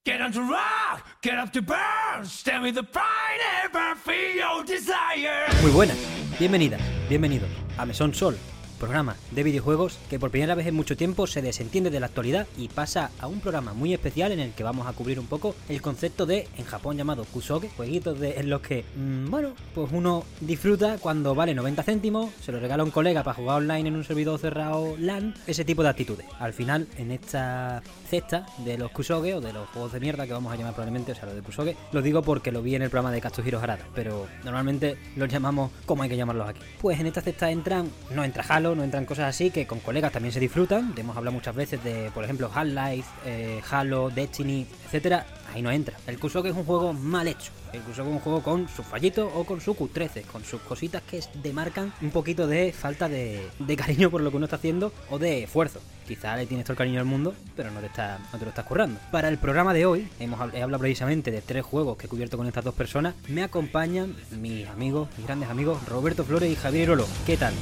Get on to rock, get up to burn, stand with the pride ever feel your desire. Muy buenas, bienvenidas, bienvenidos a Mesón Sol, programa de videojuegos que por primera vez en mucho tiempo se desentiende de la actualidad y pasa a un programa muy especial en el que vamos a cubrir un poco el concepto de, en Japón llamado kusoge, jueguitos en los que, pues uno disfruta cuando vale 90 céntimos, se lo regala a un colega para jugar online en un servidor cerrado LAN, ese tipo de actitudes. Al final, en esta cesta de los kusoge o de los juegos de mierda que vamos a llamar probablemente, o sea, lo de kusoge, lo digo porque lo vi en el programa de Katsuhiro Harada, pero normalmente los llamamos como hay que llamarlos aquí. Pues en esta cesta no entra Halo, no entran cosas así que con colegas también se disfrutan. Hemos hablado muchas veces de, por ejemplo, Half-Life, Halo, Destiny, etcétera. Ahí no entra. El kusoge es un juego mal hecho. El kusoge es un juego con sus fallitos o con su Q13, con sus cositas que demarcan un poquito de falta de cariño por lo que uno está haciendo o de esfuerzo. Quizá le tienes todo el cariño del mundo, pero no te lo estás currando. Para el programa de hoy, he hablado precisamente de 3 juegos que he cubierto con estas 2 personas. Me acompañan mis grandes amigos, Roberto Flores y Javier Irolo. ¿Qué tal?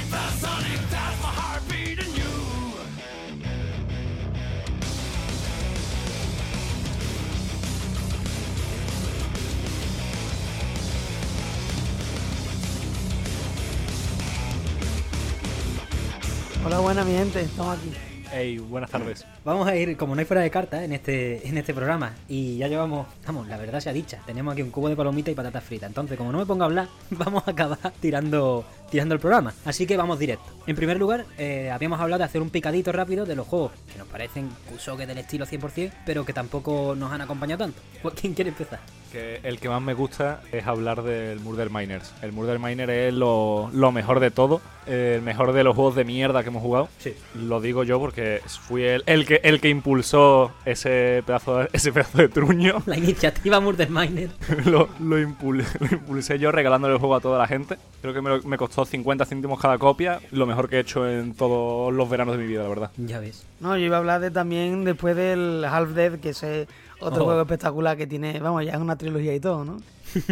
Hola, buena mi gente, estamos aquí. Hey, buenas tardes. Vamos a ir, como no hay fuera de carta en este programa, y ya llevamos, la verdad sea dicha, tenemos aquí un cubo de palomitas y patatas fritas. Entonces, como no me pongo a hablar, vamos a acabar tirando el programa. Así que vamos directo. En primer lugar, habíamos hablado de hacer un picadito rápido de los juegos que nos parecen kusoge del estilo 100%, pero que tampoco nos han acompañado tanto. ¿Quién quiere empezar? Que el que más me gusta es hablar del Murder Miners. El Murder Miner es lo mejor de todo, el mejor de los juegos de mierda que hemos jugado. Sí. Lo digo yo porque fui el que impulsó ese pedazo de truño. La iniciativa Murder Miner. lo impulsé yo regalándole el juego a toda la gente. Creo que me costó 50 céntimos cada copia. Lo mejor que he hecho en todos los veranos de mi vida, la verdad. Ya ves. No, yo iba a hablar también después del Half-Dead, que es otro juego espectacular que tiene, ya es una trilogía y todo, ¿no?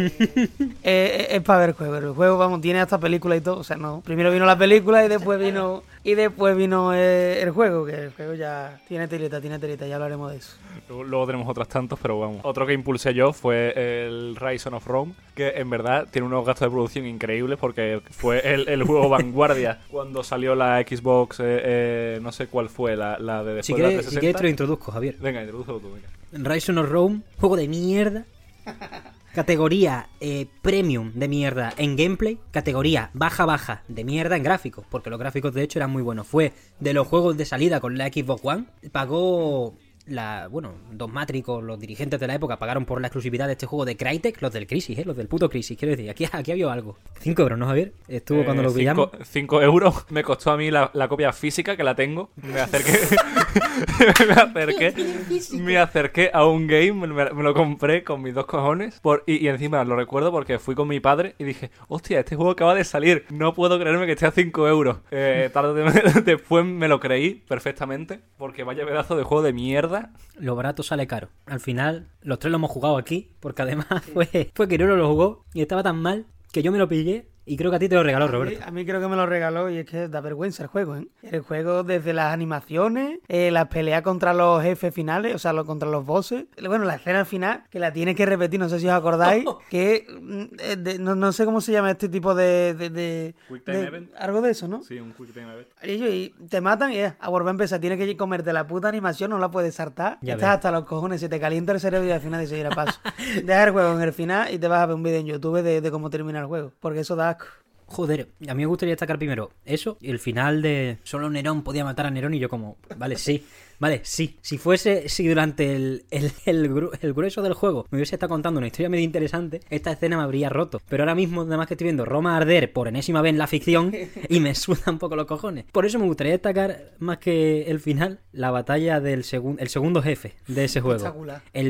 Es para ver el juego, tiene hasta película y todo, o sea, no. Primero vino la película y después vino el juego, que el juego ya tiene telita, ya hablaremos de eso. Luego tenemos otros tantos, pero vamos. Otro que impulsé yo fue el Rise of Rome, que en verdad tiene unos gastos de producción increíbles porque fue el juego vanguardia cuando salió la Xbox, no sé cuál fue, la de después de la 360. Si quieres te lo introduzco, Javier. Venga, introdúcelo tú, venga. Rise of Rome, juego de mierda. Categoría premium de mierda en gameplay. Categoría baja de mierda en gráficos, porque los gráficos de hecho eran muy buenos. Fue de los juegos de salida con la Xbox One. Pagó Dos Matrix, los dirigentes de la época pagaron por la exclusividad de este juego de Crytek, los del Crisis, los del puto Crisis, quiero decir, aquí había algo. 5 euros, ¿no, Javier? Estuvo cuando lo pillamos. 5 euros me costó a mí la copia física, que la tengo. Me acerqué a un game, me lo compré con mis 2 cojones. Y encima lo recuerdo porque fui con mi padre y dije, hostia, este juego acaba de salir, no puedo creerme que esté a 5 euros. Después me lo creí perfectamente, porque vaya pedazo de juego de mierda. Lo barato sale caro. Al final, los 3 lo hemos jugado aquí, porque además fue que no lo jugó y estaba tan mal que yo me lo pillé. Y creo que a ti te lo regaló, Roberto. A mí creo que me lo regaló y es que da vergüenza el juego, ¿eh? El juego desde las animaciones, las peleas contra los jefes finales, o sea, contra los bosses. Bueno, la escena final, que la tienes que repetir, no sé si os acordáis, que no sé cómo se llama este tipo de Quick Time Event. Algo de eso, ¿no? Sí, un Quick Time Event. Y te matan y a volver a empezar. Tienes que comerte la puta animación, no la puedes saltar. Ya estás ves. hasta los cojones, se te calienta el cerebro y al final dices, ir a paso. Deja el juego en el final y te vas a ver un vídeo en YouTube de cómo termina el juego, porque eso da asco. Joder, a mí me gustaría destacar primero eso y el final de solo Nerón podía matar a Nerón y yo como, si durante el grueso del juego me hubiese estado contando una historia medio interesante, esta escena me habría roto. Pero ahora mismo nada más que estoy viendo Roma arder por enésima vez en la ficción y me suda un poco los cojones. Por eso me gustaría destacar más que el final, la batalla del segundo jefe de ese juego. Espectacular.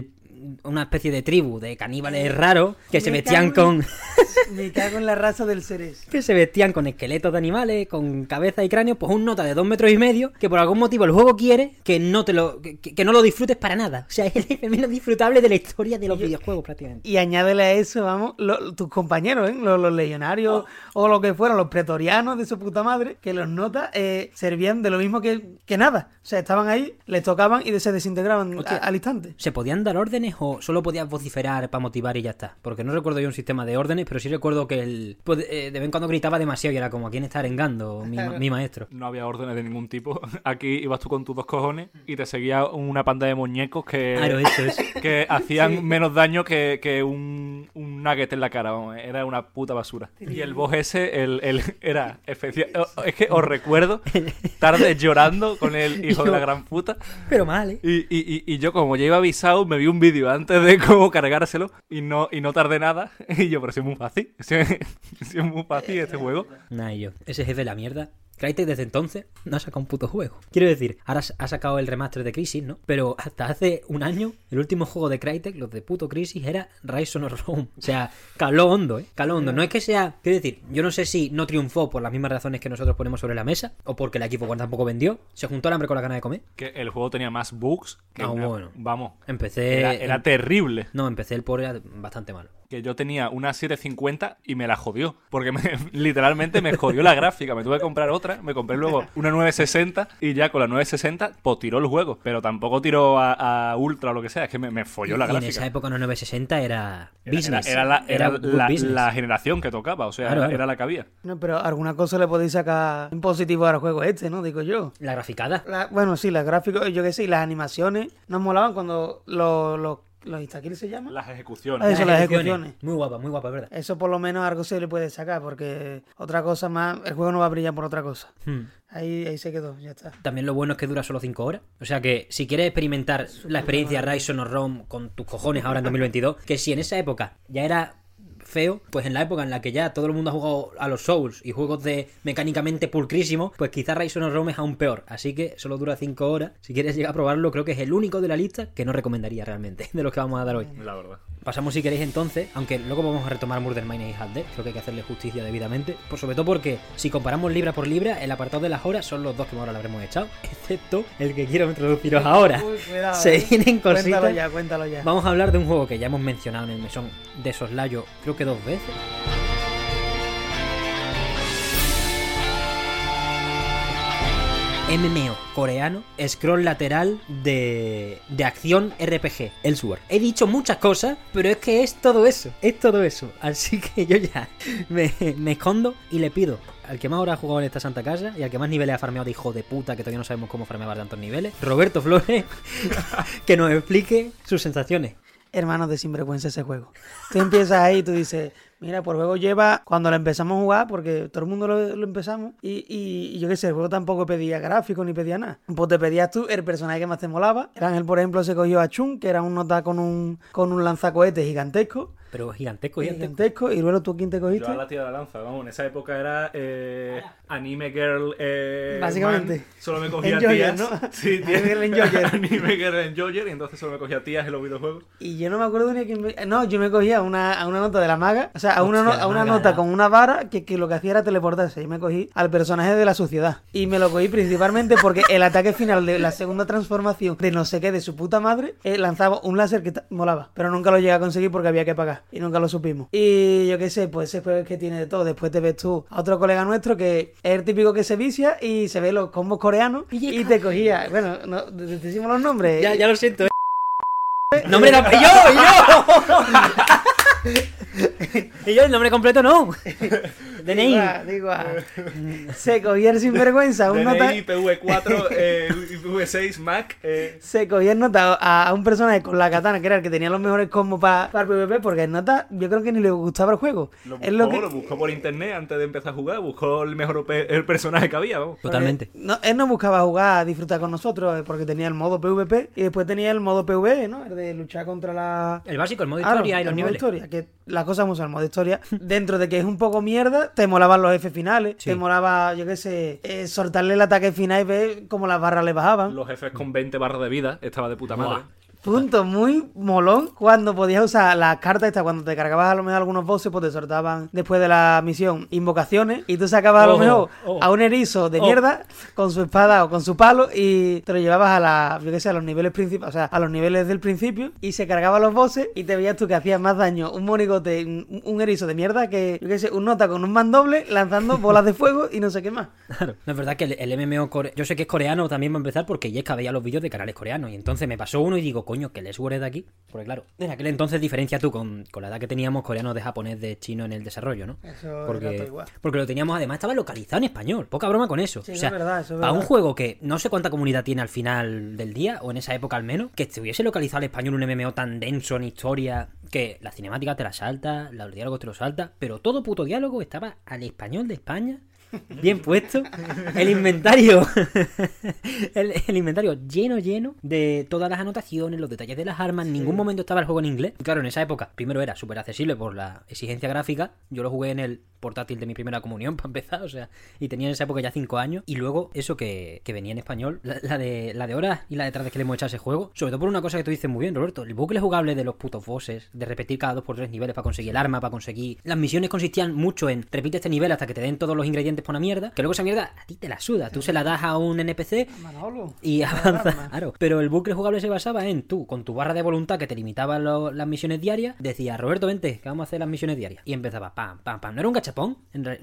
una especie de tribu de caníbales raros que se Me vestían cago con... Me cago en la raza del cerezo. que se vestían con esqueletos de animales, con cabeza y cráneo, pues un nota de 2,5 metros, que por algún motivo el juego quiere que no te lo que no lo disfrutes para nada. O sea, es el menos disfrutable de la historia de los videojuegos prácticamente. Y añádele a eso, vamos, tus compañeros, los legionarios o lo que fueran, los pretorianos de su puta madre, que los notas servían de lo mismo que nada. O sea, estaban ahí, les tocaban y se desintegraban Hostia. al instante. ¿Se podían dar órdenes o solo podías vociferar para motivar y ya está? Porque no recuerdo yo un sistema de órdenes, pero sí recuerdo que de vez en cuando gritaba demasiado y era como, ¿a quién está arengando mi maestro? No había órdenes de ningún tipo. Aquí ibas tú con tus 2 cojones y te seguía una panda de muñecos Claro, eso es. que hacían menos daño que un nugget en la cara. Vamos, era una puta basura. Y el boss ese era especial. Es que os recuerdo tarde llorando con el hijo de la gran puta. Pero mal, ¿eh? Y yo, como ya iba avisado, me vi un vídeo antes de cómo cargárselo y no tardé nada. Y yo, pero si es muy fácil. Si es muy fácil este juego. Nah, yo. Ese jefe de la mierda. Crytek desde entonces no ha sacado un puto juego. Quiero decir, ahora ha sacado el remaster de Crisis, ¿no? Pero hasta hace un año, el último juego de Crytek, los de puto Crisis, era Rise of Rome. O sea, caló hondo, ¿eh? Caló hondo. No es que sea... Quiero decir, yo no sé si no triunfó por las mismas razones que nosotros ponemos sobre la mesa, o porque la Xbox One tampoco vendió. Se juntó el hambre con la gana de comer. Que el juego tenía más bugs que Bueno. Vamos. Empecé... Era terrible. No, empecé el pobre era bastante malo. Que yo tenía una 750 y me la jodió. Porque literalmente me jodió la gráfica. Me tuve que comprar otra. Me compré luego una 960 y ya con la 960 pues tiró el juego. Pero tampoco tiró a Ultra o lo que sea. Es que me folló la Y gráfica. en esa época una 960 era business. Era good la business. generación que tocaba. O sea, Claro. era la que había. No, pero alguna cosa le podéis sacar en positivo al juego este, ¿no? Digo yo. La graficada. Bueno, sí, los gráficos, yo qué sé, y las animaciones nos molaban cuando los Instakill se llaman. Las ejecuciones. Eso, las ejecuciones. Muy guapa, ¿verdad? Eso por lo menos algo se le puede sacar, porque otra cosa más, el juego no va a brillar por otra cosa. Ahí se quedó, ya está. También lo bueno es que dura solo 5 horas. O sea que si quieres experimentar la experiencia Rise of Rome con tus cojones ahora en 2022, que si en esa época ya era feo, pues en la época en la que ya todo el mundo ha jugado a los Souls y juegos de mecánicamente pulcrísimos, pues quizás Rise of Rome es aún peor. Así que solo dura 5 horas. Si quieres llegar a probarlo, creo que es el único de la lista que no recomendaría realmente de los que vamos a dar hoy. La verdad. Pasamos si queréis entonces, aunque luego vamos a retomar Murder Mine y Half Dead, creo que hay que hacerle justicia debidamente, pues sobre todo porque si comparamos libra por libra, el apartado de las horas son los dos que ahora le habremos echado, excepto el que quiero introduciros ahora. Uy, cuidado, Se vienen cositas. Cuéntalo ya. Vamos a hablar de un juego que ya hemos mencionado en el mesón de soslayo, creo que 2 veces. MMO coreano, scroll lateral de acción RPG, Elsewhere. He dicho muchas cosas, pero es que es todo eso. Así que yo ya me escondo y le pido al que más ahora ha jugado en esta santa casa y al que más niveles ha farmeado de hijo de puta, que todavía no sabemos cómo farmear tantos niveles, Roberto Flores, que nos explique sus sensaciones. Hermanos de sinvergüenza ese juego. Tú empiezas ahí y tú dices, mira, por juego lleva, cuando lo empezamos a jugar, porque todo el mundo lo empezamos, y yo qué sé, el juego tampoco pedía gráficos ni pedía nada. Pues te pedías tú el personaje que más te molaba. Ángel, por ejemplo, se cogió a Chun, que era un nota con un lanzacohetes gigantesco. Pero gigantesco. Y luego tú, ¿quién te cogiste? Yo a la tía de la lanza, vamos, en esa época era Anime Girl. Básicamente. Man. Solo me cogía Enjoyer, tías. ¿no? Sí, Anime Girl Enjoyer. Anime Girl Enjoyer, y entonces solo me cogía tías en los videojuegos. Y yo no me acuerdo ni a quién. No, yo me cogía a una nota de la maga. O sea, a una maga, nota ¿no? con una vara que lo que hacía era teleportarse. Y me cogí al personaje de la sociedad. Y me lo cogí principalmente porque el ataque final de la segunda transformación de no sé qué de su puta madre lanzaba un láser que molaba. Pero nunca lo llegué a conseguir porque había que pagar. Y nunca lo supimos. Y yo qué sé, pues ese juego es que tiene de todo. Después te ves tú a otro colega nuestro que es el típico que se vicia y se ve los combos coreanos. Y te cogía. Bueno, no, te decimos los nombres. Ya lo siento. ¡Nombre no! ¡Yo! Y yo el nombre completo no. DNI. Digo, se cogía el sinvergüenza un nota. DNI, PV4, PV6, Mac. Se cogía el nota a un personaje con la katana, que era el que tenía los mejores combos para el PvP, porque el nota yo creo que ni le gustaba el juego. Lo buscó por internet antes de empezar a jugar, buscó el personaje que había. Vamos. Totalmente. No, él no buscaba jugar, disfrutar con nosotros, porque tenía el modo PvP y después tenía el modo PvE, ¿no? El de luchar contra la... El básico, el modo historia y los el modo niveles. historia, que las cosas vamos al modo historia. Dentro de que es un poco mierda, te molaban los F finales, Sí. te molaba, yo qué sé, soltarle el ataque final y ver cómo las barras le bajaban. Los jefes con 20 barras de vida, estaba de puta madre. punto muy molón cuando podías usar las cartas estas, cuando te cargabas a lo mejor algunos bosses, pues te soltaban después de la misión invocaciones y tú sacabas a lo mejor a un erizo de mierda con su espada o con su palo y te lo llevabas a los niveles principales, o sea, a los niveles del principio y se cargaba los bosses y te veías tú que hacías más daño un monigote, un erizo de mierda que, un nota con un mandoble lanzando bolas de fuego y no sé qué más. Claro, no es verdad que el MMO yo sé que es coreano también va a empezar porque Yesca veía los vídeos de canales coreanos y entonces me pasó uno y digo, coño, que les es de aquí. Porque claro, en aquel entonces diferencia tú con la edad que teníamos coreano de japonés de chino en el desarrollo, ¿no? Eso porque lo teníamos, además estaba localizado en español. Poca broma con eso. Sí, o sea, eso es verdad, para un juego que no sé cuánta comunidad tiene al final del día, o en esa época al menos, que estuviese localizado al español un MMO tan denso en historia, que la cinemática te la salta, los diálogos te los salta, pero todo puto diálogo estaba al español de España. Bien puesto. El inventario el inventario lleno de todas las anotaciones, los detalles de las armas. En ningún momento estaba el juego en inglés. Y claro, en esa época primero era súper accesible por la exigencia gráfica. Yo lo jugué en el portátil de mi primera comunión para empezar, o sea, y tenía en esa época ya 5 años. Y luego eso que venía en español, la de horas y la de tardes que le hemos echado a ese juego, sobre todo por una cosa que tú dices muy bien, Roberto, el bucle jugable de los putos bosses, de repetir cada 2 por 3 niveles para conseguir el arma, para conseguir... Las misiones consistían mucho en repite este nivel hasta que te den todos los ingredientes para una mierda, que luego esa mierda a ti te la suda, tú se la das a un NPC y avanza, claro. Pero el bucle jugable se basaba en tú, con tu barra de voluntad que te limitaba las misiones diarias, decía, Roberto, vente, que vamos a hacer las misiones diarias. Y empezaba, pam, pam, pam. No era un gachapón,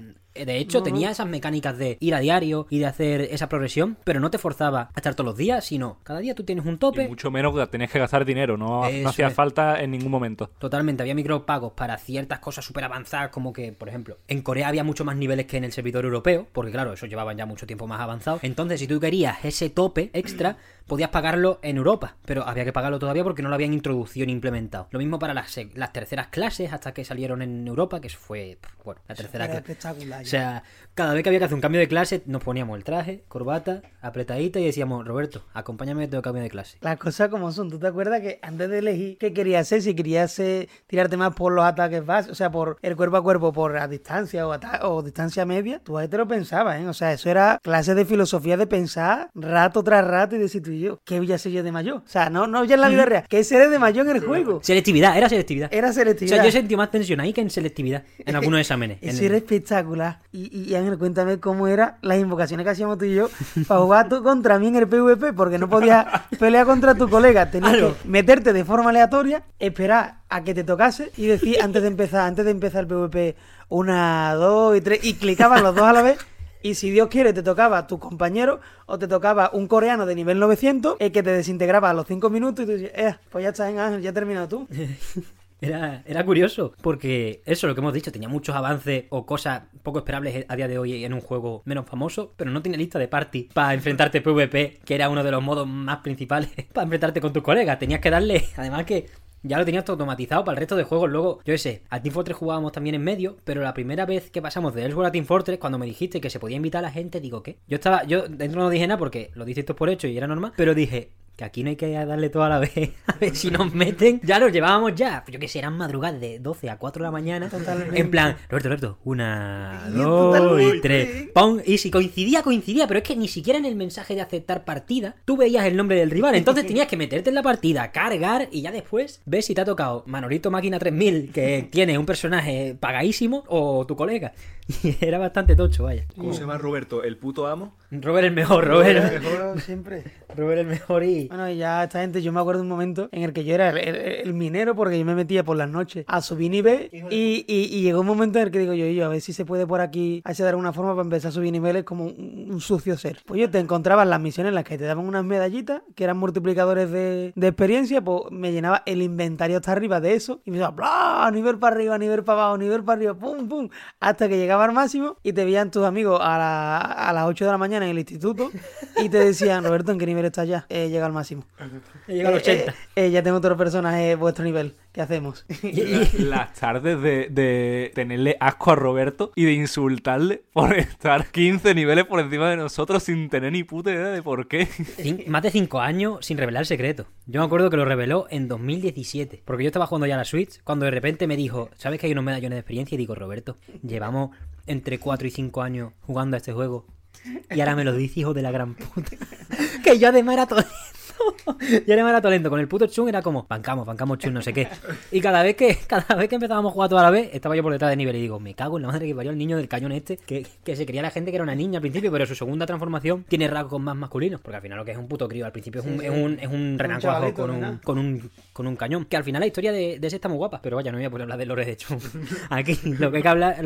de hecho tenía esas mecánicas de ir a diario y de hacer esa progresión, pero no te forzaba a estar todos los días, sino cada día tú tienes un tope. Y mucho menos que tenías que gastar dinero, no hacía falta en ningún momento. Totalmente, había micropagos para ciertas cosas súper avanzadas, como que, por ejemplo, en Corea había mucho más niveles que en el servidor europeo, porque claro, eso llevaban ya mucho tiempo más avanzado. Entonces, si tú querías ese tope extra, podías pagarlo en Europa, pero había que pagarlo todavía porque no lo habían introducido ni implementado. Lo mismo para las terceras clases hasta que salieron en Europa, que fue, bueno, la tercera clase. Espectacular. O sea, cada vez que había que hacer un cambio de clase, nos poníamos el traje, corbata, apretadita y decíamos, Roberto, acompáñame a tu cambio de clase. Las cosas como son. ¿Tú te acuerdas que antes de elegir qué querías hacer, si querías tirarte más por los ataques básicos, o sea, por el cuerpo a cuerpo, por a distancia o distancia media, tú ahí te lo pensabas, ¿eh? O sea, eso era clases de filosofía de pensar rato tras rato y decir tú y yo, ¿qué voy a ser yo de mayor? O sea, no ya en la vida real, ¿qué seré de mayor en el juego? Selectividad, era selectividad. Era selectividad. O sea, yo sentí más tensión ahí que en selectividad, en algunos exámenes. Eso era espectacular. Y Ángel, cuéntame cómo eran las invocaciones que hacíamos tú y yo para jugar tú contra mí en el PvP, porque no podías pelear contra tu colega. Tenías que meterte de forma aleatoria, esperar a que te tocase y decir antes de empezar el PvP 1, 2 y 3 y clicaban los dos a la vez. Y si Dios quiere, te tocaba tu compañero o te tocaba un coreano de nivel 900 que te desintegraba a los 5 minutos y tú dices, pues ya estás en Ángel, ya has terminado tú. Era curioso, porque eso, lo que hemos dicho, tenía muchos avances o cosas poco esperables a día de hoy en un juego menos famoso, pero no tiene lista de party para enfrentarte PvP, que era uno de los modos más principales para enfrentarte con tus colegas. Tenías que darle, además que ya lo tenías todo automatizado para el resto de juegos. Luego, yo sé, a Team Fortress jugábamos también en medio, pero la primera vez que pasamos de Elsewhere a Team Fortress, cuando me dijiste que se podía invitar a la gente, digo, ¿qué? Yo dentro no dije nada porque lo dices esto por hecho y era normal, pero dije, que aquí no hay que darle todo a la vez, a ver si nos meten. Ya nos llevábamos ya, yo que sé, eran madrugadas de 12 a 4 de la mañana. Totalmente. En plan, Roberto, 1, 2 y 3. ¡Pum! Y si coincidía, pero es que ni siquiera en el mensaje de aceptar partida tú veías el nombre del rival. Entonces tenías que meterte en la partida, cargar y ya después ves si te ha tocado Manolito Máquina 3000, que tiene un personaje pagadísimo, o tu colega. Y era bastante tocho, vaya. ¿Cómo se llama Roberto? ¿El puto amo? Robert el mejor, Robert. El mejor siempre. Robert el mejor y... Bueno, y ya esta gente, yo me acuerdo de un momento en el que yo era el minero, porque yo me metía por las noches a subir nivel y llegó un momento en el que digo yo, a ver si se puede por aquí hacer de alguna forma para empezar a subir niveles como un sucio ser. Pues yo te encontrabas las misiones en las que te daban unas medallitas que eran multiplicadores de experiencia, pues me llenaba el inventario hasta arriba de eso y me decía, ¡bla! Nivel para arriba, nivel para abajo, nivel para arriba, pum, pum, hasta que llegaba al máximo y te veían tus amigos a las 8 de la mañana en el instituto y te decían, Roberto, ¿en qué nivel estás ya? Llega al máximo. Llega al 80. Ya tengo otro personaje vuestro nivel. ¿Qué hacemos? Las tardes de tenerle asco a Roberto y de insultarle por estar 15 niveles por encima de nosotros sin tener ni puta idea de por qué. Más de 5 años sin revelar el secreto. Yo me acuerdo que lo reveló en 2017, porque yo estaba jugando ya a la Switch, cuando de repente me dijo, ¿sabes que hay unos medallones de experiencia? Y digo, Roberto, llevamos entre 4 y 5 años jugando a este juego y ahora me lo dice, hijo de la gran puta. Que yo además era todo Y además era todo lento. Con el puto Chun era como, bancamos Chun, no sé qué. Y cada vez que empezábamos a jugar toda la vez, estaba yo por detrás de nivel y digo, me cago en la madre que parió el niño del cañón este, que se creía la gente que era una niña al principio, pero su segunda transformación tiene rasgos más masculinos. Porque al final lo que es un puto crío, al principio es un renacuajo con un cañón. Que al final la historia de ese está muy guapa. Pero vaya, no voy a poner a hablar de lore de Chun. Aquí lo que hay que hablar,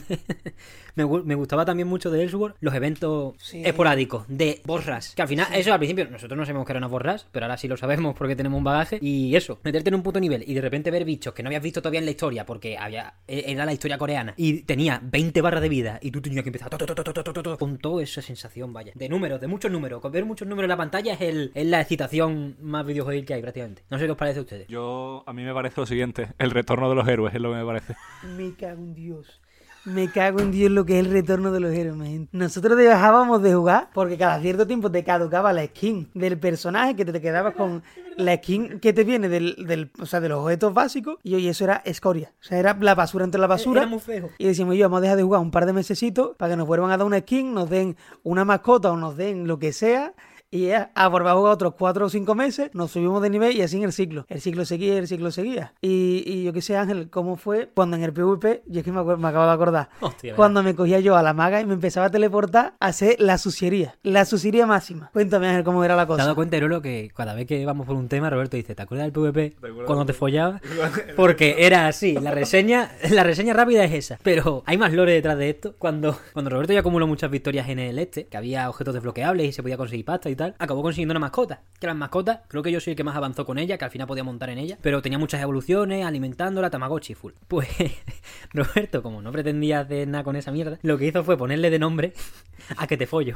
me gustaba también mucho de Elsword, los eventos esporádicos de boss rush, que al final eso al principio nosotros no sabemos que era una boss rush, pero ahora sí lo sabemos porque tenemos un bagaje. Y eso, meterte en un puto nivel y de repente ver bichos que no habías visto todavía en la historia porque era la historia coreana y tenía 20 barras de vida y tú tenías que empezar con toda esa sensación, vaya, de números, de muchos números. Con ver muchos números en la pantalla es la excitación más videojuego que hay prácticamente. No sé qué os parece a ustedes. A mí me parece lo siguiente, el retorno de los héroes es lo que me parece. Me cago en Dios. Me cago en Dios lo que es el retorno de los héroes, man. Nosotros dejábamos de jugar porque cada cierto tiempo te caducaba la skin del personaje, que te quedabas con la skin que te viene de los objetos básicos, y oye, eso era escoria. O sea, era la basura entre la basura. Era muy feo. Y decíamos, vamos a dejar de jugar un par de mesecitos para que nos vuelvan a dar una skin, nos den una mascota o nos den lo que sea. Y ya, volver a jugar otros 4 o 5 meses, nos subimos de nivel y así en el ciclo. El ciclo seguía. Y yo qué sé, Ángel, ¿cómo fue cuando en el PvP, yo es que me acabo de acordar, Hostia, cuando me cogía yo a la maga y me empezaba a teleportar a hacer la suciería máxima? Cuéntame, Ángel, cómo era la ¿Te has cosa. dado cuenta, Erolo, que cada vez que vamos por un tema, Roberto dice, ¿te acuerdas del PvP cuando te follabas? Porque era así, la reseña rápida es esa. Pero hay más lore detrás de esto. Cuando Roberto ya acumuló muchas victorias en el que había objetos desbloqueables y se podía conseguir pasta y tal, acabó consiguiendo una mascota. Que las mascotas, creo que yo soy el que más avanzó con ella, que al final podía montar en ella, pero tenía muchas evoluciones, alimentándola, Tamagotchi full. Pues Roberto, como no pretendía hacer nada con esa mierda, lo que hizo fue ponerle de nombre a que te follo.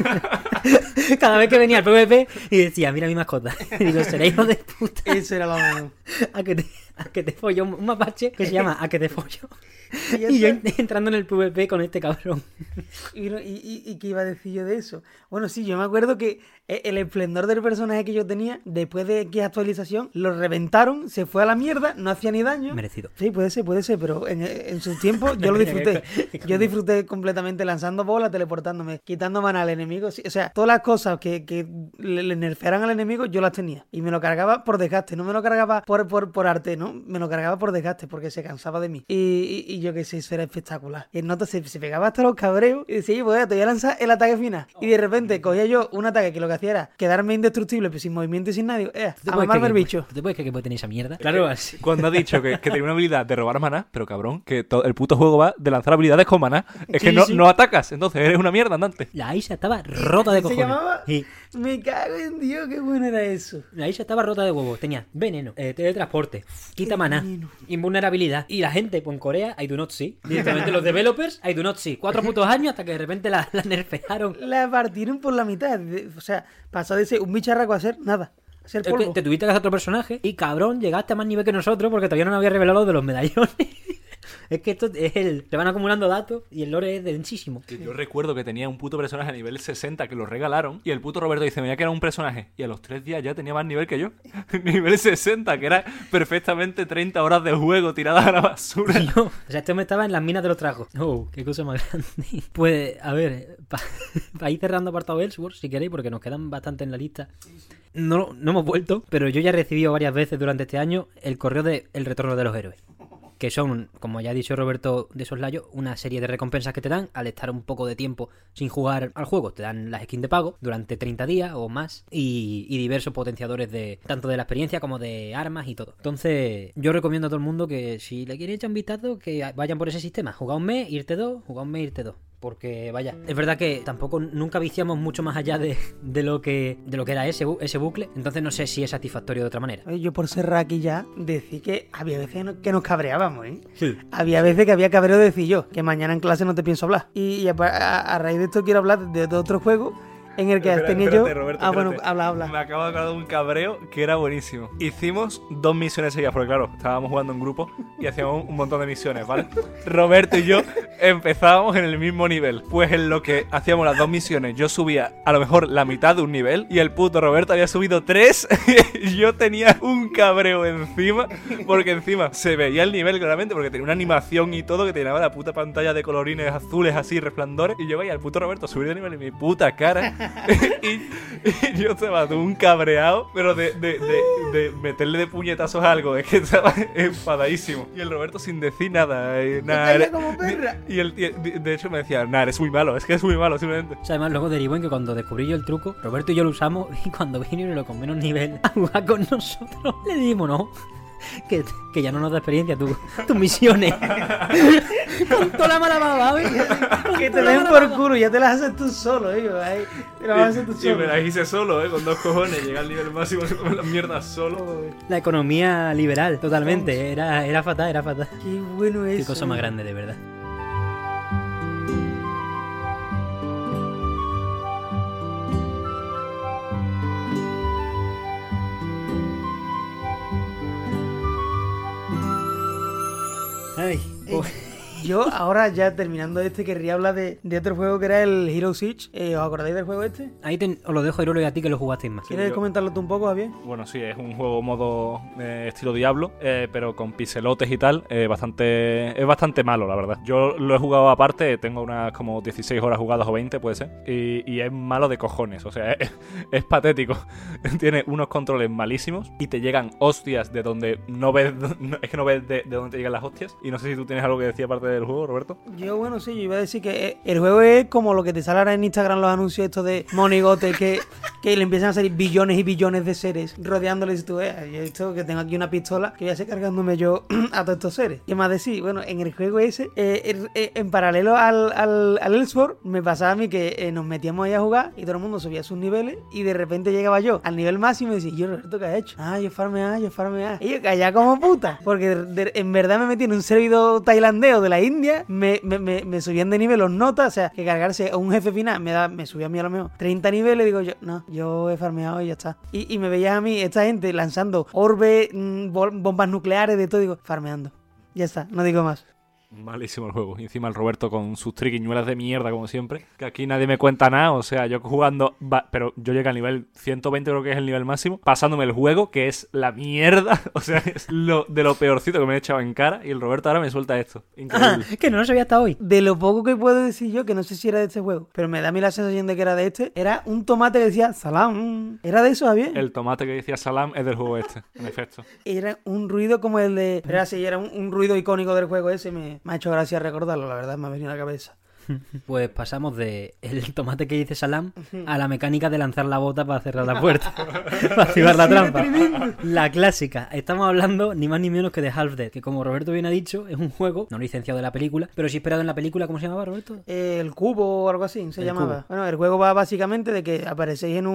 Cada vez que venía al PvP y decía, mira mi mascota. Y digo, será hijo de puta. Eso era lo mejor. A que te follo, un mapache que se llama A que te follo. Y ya Y yo está. entrando en el PvP con este cabrón. ¿Y qué iba a decir yo de eso? Bueno, sí, yo me acuerdo que el esplendor del personaje que yo tenía, después de que actualización, lo reventaron, se fue a la mierda, no hacía ni daño. Merecido. Sí, puede ser, pero en su tiempo yo lo disfruté. Yo disfruté completamente lanzando bolas, teleportándome, quitando mana al enemigo. Sí, o sea, todas las cosas que le nerfearan al enemigo, yo las tenía. Y me lo cargaba por desgaste, no me lo cargaba por arte, ¿no? Me lo cargaba por desgaste, porque se cansaba de mí. Y yo qué sé, eso era espectacular. Y el Noto se pegaba hasta los cabreos y decía, pues te voy a lanzar el ataque final. Y de repente cogía yo un ataque que lo que hacía era quedarme indestructible, pero sin movimiento y sin nadie. A mamarme el bicho. ¿Tú te puedes creer que puede tener esa mierda? Claro, así. Cuando ha dicho que tenía una habilidad de robar maná, pero cabrón, que el puto juego va de lanzar habilidades con maná. Es que Sí. no atacas, entonces eres una mierda andante. La Aisha estaba rota de ¿Se cojones. llamaba? Y Me cago en Dios, qué bueno era eso. la Aisha estaba rota de huevos. Tenía veneno, teletransporte, quita maná, veneno. invulnerabilidad. Y la gente, pues en Corea, I do not see. Directamente los developers, I do not see. 4 putos años hasta que de repente la nerfearon. La partieron por la mitad. O sea, pasó de ser un bicharraco a ser nada. A ser Es que polvo. te tuviste que hacer otro personaje y cabrón, llegaste a más nivel que nosotros porque todavía no nos había revelado lo de los medallones. Es que esto es se van acumulando datos y el lore es densísimo. Que yo recuerdo que tenía un puto personaje a nivel 60 que lo regalaron y el puto Roberto dice, mira que era un personaje. Y a los 3 días ya tenía más nivel que yo. Nivel 60, que era perfectamente 30 horas de juego tiradas a la basura. Tío, o sea, este hombre estaba en las minas de los trajos. Oh, qué cosa más grande. Pues, a ver, para ir cerrando apartado Elsword, si queréis, porque nos quedan bastante en la lista. No hemos vuelto, pero yo ya he recibido varias veces durante este año el correo de El Retorno de los Héroes. Que son, como ya ha dicho Roberto de Soslayo, una serie de recompensas que te dan al estar un poco de tiempo sin jugar al juego. Te dan las skins de pago durante 30 días o más y diversos potenciadores de tanto de la experiencia como de armas y todo. Entonces, yo recomiendo a todo el mundo que si le quieren echar un vistazo, que vayan por ese sistema. Jugar un mes, irte dos, jugar un mes, irte dos. Porque vaya, es verdad que tampoco nunca viciamos mucho más allá de lo que era ese bucle. Entonces no sé si es satisfactorio de otra manera. Oye, yo por cerrar aquí ya, decir que había veces que nos cabreábamos, ¿eh? Sí. Había veces que había cabreo de decir yo, que mañana en clase no te pienso hablar. Y a raíz de esto quiero hablar de otro juego en el que tenía yo... Roberto, bueno, espérate. habla. Me acabo de acordar de un cabreo que era buenísimo. Hicimos 2 misiones seguidas, porque claro, estábamos jugando en grupo y hacíamos un montón de misiones, ¿vale? Roberto y yo empezábamos en el mismo nivel. Pues en lo que hacíamos las 2 misiones, yo subía a lo mejor la mitad de un nivel y el puto Roberto había subido 3 y yo tenía un cabreo encima, porque encima se veía el nivel claramente, porque tenía una animación y todo que te llenaba la puta pantalla de colorines azules así, resplandores, y yo veía al puto Roberto subir de nivel en mi puta cara y yo estaba un cabreado, pero de meterle de puñetazos a algo, es que estaba enfadadísimo. Y el Roberto sin decir nada, como perra. Y él, de hecho, me decía, nah, eres muy malo, es que es muy malo, simplemente. O sea, además luego derivó en que cuando descubrí yo el truco, Roberto y yo lo usamos y cuando vino lo con menos nivel a jugar con nosotros, le dijimos, no, que ya no nos da experiencia tus misiones. Con toda la mala baba, ¿ves? Que te den por culo, ya te las haces tú solo, te las haces tú Y solo. me las hice solo, con 2 cojones, llegué al nivel máximo con las mierdas solo. La economía liberal, totalmente. Era fatal, era fatal. Qué bueno eso. Qué cosa más grande, de verdad. Ay, Yo ahora ya terminando querría hablar de otro juego que era el Hero Siege. ¿Os acordáis del juego este? ahí os lo dejo, Irolo, y a ti que lo jugasteis más. ¿Quieres comentarlo tú un poco, Javier? Bueno, sí, es un juego modo estilo Diablo, pero con pixelotes y tal, es bastante malo, la verdad. Yo lo he jugado aparte, tengo unas como 16 horas jugadas o 20, puede ser, y es malo de cojones, o sea, es patético. Tiene unos controles malísimos y te llegan hostias de donde no ves, es que no ves de dónde te llegan las hostias, y no sé si tú tienes algo que decir aparte del juego, Roberto. Yo, bueno, sí, yo iba a decir que el juego es como lo que te sale ahora en Instagram los anuncios estos de monigote que le empiezan a salir billones y billones de seres rodeándoles y tú veas, yo esto que tengo aquí una pistola que voy a hacer cargándome yo a todos estos seres. ¿Qué más decir? Bueno, en el juego ese, en paralelo al Elsword, me pasaba a mí que nos metíamos ahí a jugar y todo el mundo subía sus niveles y de repente llegaba yo al nivel máximo y decía, yo, Roberto, ¿qué has hecho? Yo farmeaba. Y yo callaba como puta, porque en verdad me metí en un servidor tailandeo de la India, me subían de nivel los notas, o sea, que cargarse a un jefe final me subía a mí a lo mejor 30 niveles, digo yo, no, yo he farmeado y ya está. Y me veías a mí, esta gente lanzando orbes, bombas nucleares, de todo, digo, farmeando. Ya está, no digo más. Malísimo el juego. Y encima el Roberto con sus triquiñuelas de mierda, como siempre. Que aquí nadie me cuenta nada. O sea, yo jugando... pero yo llegué al nivel 120, creo que es el nivel máximo. Pasándome el juego, que es la mierda. O sea, es de lo peorcito que me he echado en cara. Y el Roberto ahora me suelta esto. Increíble. Que no lo sabía hasta hoy. De lo poco que puedo decir yo, que no sé si era de este juego, pero me da a mí la sensación de que era de este, era un tomate que decía salam. ¿Era de eso, Javier? El tomate que decía salam es del juego este, en efecto. Era un ruido como el de... Era así, era un ruido icónico del juego ese. Me ha hecho gracia recordarlo, la verdad, me ha venido a la cabeza. Pues pasamos de el tomate que dice Salam a la mecánica de lanzar la bota para cerrar la puerta, para activar la trampa. La clásica. Estamos hablando ni más ni menos que de Half-Dead, que como Roberto bien ha dicho, es un juego no licenciado de la película, pero sí esperado en la película. ¿Cómo se llamaba, Roberto? El Cubo o algo así se llamaba. Cubo. Bueno, el juego va básicamente de que aparecéis en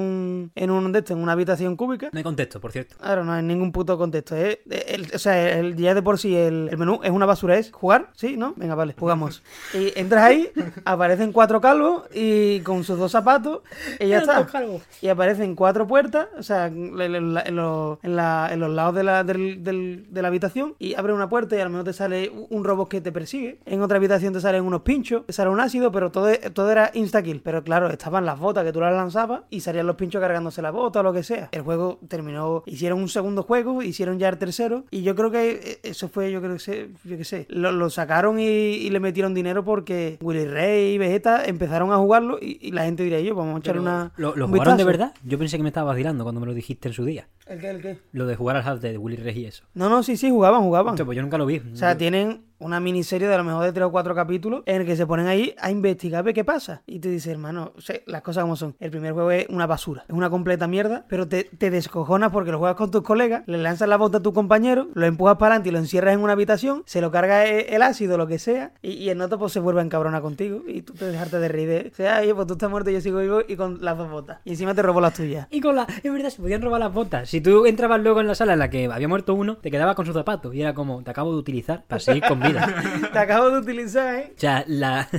una habitación cúbica. No hay contexto, por cierto. Claro, no hay ningún puto contexto. O sea, ya de por sí el menú es una basura. Es jugar, ¿sí? ¿No? Venga, vale, jugamos. Y entras ahí, aparecen 4 calvos y con sus 2 zapatos y ya está. Y aparecen 4 puertas, o sea, en los lados de la habitación, y abre una puerta y a lo mejor te sale un robot que te persigue. En otra habitación te salen unos pinchos, te sale un ácido, pero todo era insta-kill. Pero claro, estaban las botas que tú las lanzabas y salían los pinchos cargándose la bota o lo que sea. El juego terminó, hicieron un segundo juego, hicieron ya el tercero, y yo creo que eso fue, yo qué sé, lo sacaron y le metieron dinero porque Willy Ray y Vegeta empezaron a jugarlo y la gente diría, yo, vamos a echarle una... ¿Lo un jugaron vistazo. de verdad? Yo pensé que me estabas vacilando cuando me lo dijiste en su día. ¿El qué? Lo de jugar al Half de Willy Rex y eso. No, sí, jugaban. Hostia, pues yo nunca lo vi. O sea, tienen una miniserie de a lo mejor de 3 o 4 capítulos en el que se ponen ahí a investigar qué pasa. Y te dice, hermano, o sea, las cosas como son. El primer juego es una basura, es una completa mierda, pero te descojonas porque lo juegas con tus colegas, le lanzas la bota a tu compañero, lo empujas para adelante y lo encierras en una habitación, se lo carga el ácido, lo que sea, y el noto pues se vuelve a encabronar contigo y tú te dejarte de reír. O sea, oye, pues tú estás muerto, yo sigo vivo y con las 2 botas. Y encima te robó las tuyas. Y es verdad, se podían robar las botas. Si tú entrabas luego en la sala en la que había muerto uno, te quedabas con sus zapatos y era como, te acabo de utilizar para seguir con vida. Te acabo de utilizar, O sea,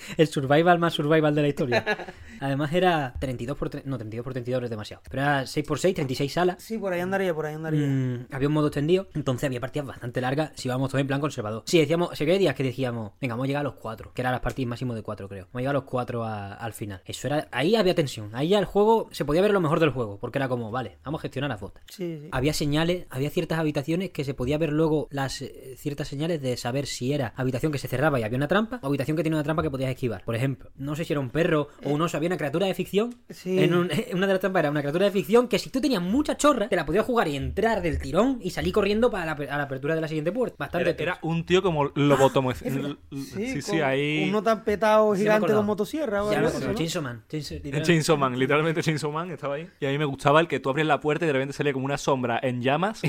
El survival más survival de la historia. Además era 32 por 32 es demasiado. Pero era 6x6, 36 salas. Sí, por ahí andaría. Había un modo extendido, entonces había partidas bastante largas si íbamos todos en plan conservador. Sí, decíamos, se había días que decíamos, venga, vamos a llegar a los 4, que eran las partidas máximo de 4, creo. Vamos a llegar a los 4 al final. Eso era, ahí había tensión. Ahí ya el juego, se podía ver lo mejor del juego, porque era como, vale, vamos a gestionar las botas. Sí. Había señales, había ciertas habitaciones que se podía ver luego las ciertas señales de saber si era habitación que se cerraba y había una trampa, o habitación que tenía una trampa que podías esquivar. Por ejemplo, no sé si era un perro o un oso, había una criatura de ficción. Sí. En una de las trampas era una criatura de ficción que si tú tenías mucha chorra, te la podías jugar y entrar del tirón y salir corriendo para a la apertura de la siguiente puerta. Bastante Era un tío como Lobotomo. Sí, ahí. Uno tan petado Sí, me gigante acordaba. con motosierra. o Ya algo lo así, sé, ¿no? Chainsaw Man. Chainsaw Man, literalmente Chainsaw Man estaba ahí. Y a mí me gustaba el que tú abrías la puerta y de repente salía como una sombra en llamas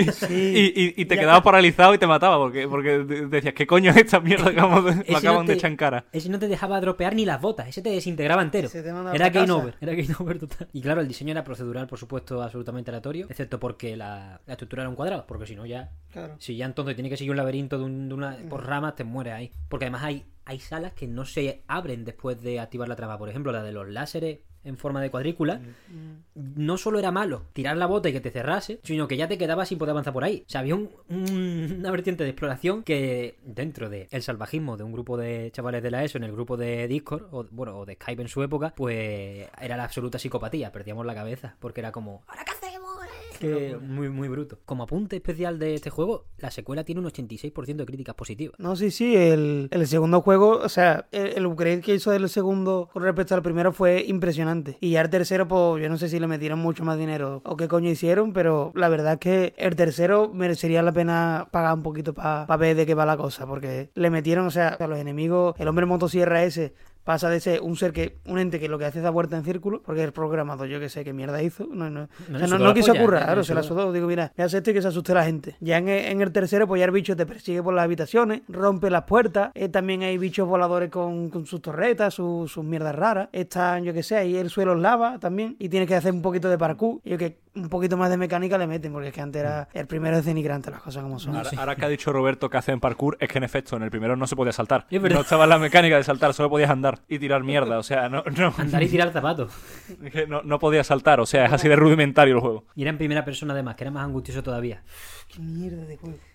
y te quedabas paralizado y te mataba porque decías, ¿qué coño es esta mierda que me acaban de echar en cara? Ese no te dejaba dropear ni las botas, ese te desintegraba entero. Se te mandaba Era pa' game casa. over, era game over total. Y claro, el diseño era procedural, por supuesto, absolutamente aleatorio, excepto porque la estructura era un cuadrado, porque si no ya... Claro. Si ya entonces tiene que seguir un laberinto por ramas, te mueres ahí. Porque además hay salas que no se abren después de activar la trama. Por ejemplo, la de los láseres en forma de cuadrícula. No solo era malo tirar la bota y que te cerrase, sino que ya te quedabas sin poder avanzar por ahí. O sea, había una vertiente de exploración que dentro del salvajismo de un grupo de chavales de la ESO en el grupo de Discord, o de Skype en su época, pues era la absoluta psicopatía. Perdíamos la cabeza porque era como... ¿Ahora qué hacemos? Que muy, muy bruto. Como apunte especial de este juego, la secuela tiene un 86% de críticas positivas. No, sí, el segundo juego, o sea, el upgrade que hizo del segundo con respecto al primero fue impresionante. Y ya el tercero, pues yo no sé si le metieron mucho más dinero o qué coño hicieron, pero la verdad es que el tercero merecería la pena pagar un poquito para ver de qué va la cosa, porque le metieron, o sea, a los enemigos, el hombre motosierra ese pasa de ser un ente que lo que hace es dar vuelta en círculo, porque el programador, yo que sé qué mierda hizo, no quiso currar, claro, se la sudó, digo, mira, me hace esto y que se asuste la gente. Ya en el tercero, pues ya el bicho te persigue por las habitaciones, rompe las puertas, también hay bichos voladores con sus torretas, sus mierdas raras, están, yo que sé, ahí el suelo es lava también, y tienes que hacer un poquito de parkour, y yo que un poquito más de mecánica le meten, porque es que antes era el primero es denigrante, las cosas como son. Ahora que ha dicho Roberto que hacen parkour, es que en efecto, en el primero no se podía saltar. Es verdad. No estaba en la mecánica de saltar, solo podías andar y tirar mierda, o sea, no Andar y tirar zapatos. es que no podías saltar, o sea, es así de rudimentario el juego. Y era en primera persona además, que era más angustioso todavía. Qué mierda de juego.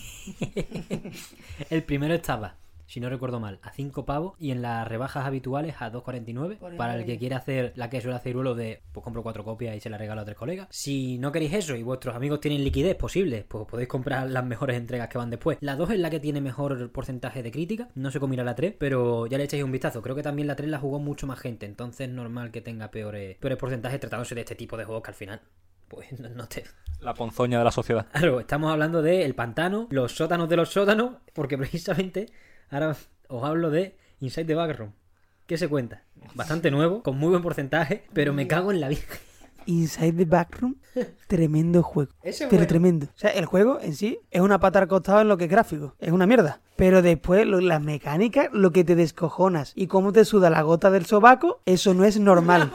El primero estaba, si no recuerdo mal, a 5 pavos y en las rebajas habituales a 2,49 para el que quiera hacer la que suele hacer Ulo de pues compro 4 copias y se la regalo a 3 colegas. Si no queréis eso y vuestros amigos tienen liquidez posible, pues podéis comprar las mejores entregas que van después. La 2 es la que tiene mejor porcentaje de crítica, no sé cómo irá la 3, pero ya le echáis un vistazo. Creo que también la 3 la jugó mucho más gente, entonces es normal que tenga peores porcentajes tratándose de este tipo de juegos que al final pues no te... La ponzoña de la sociedad. Claro, estamos hablando de el pantano, los sótanos de los sótanos, porque precisamente ahora os hablo de Inside the Backroom. ¿Qué se cuenta? Bastante nuevo, con muy buen porcentaje, pero me cago en la vida. Inside the Backroom, tremendo juego. Ese es Pero bueno. tremendo. O sea, el juego en sí es una pata al costado en lo que es gráfico. Es una mierda. Pero después, las mecánicas, lo que te descojonas y cómo te suda la gota del sobaco, eso no es normal.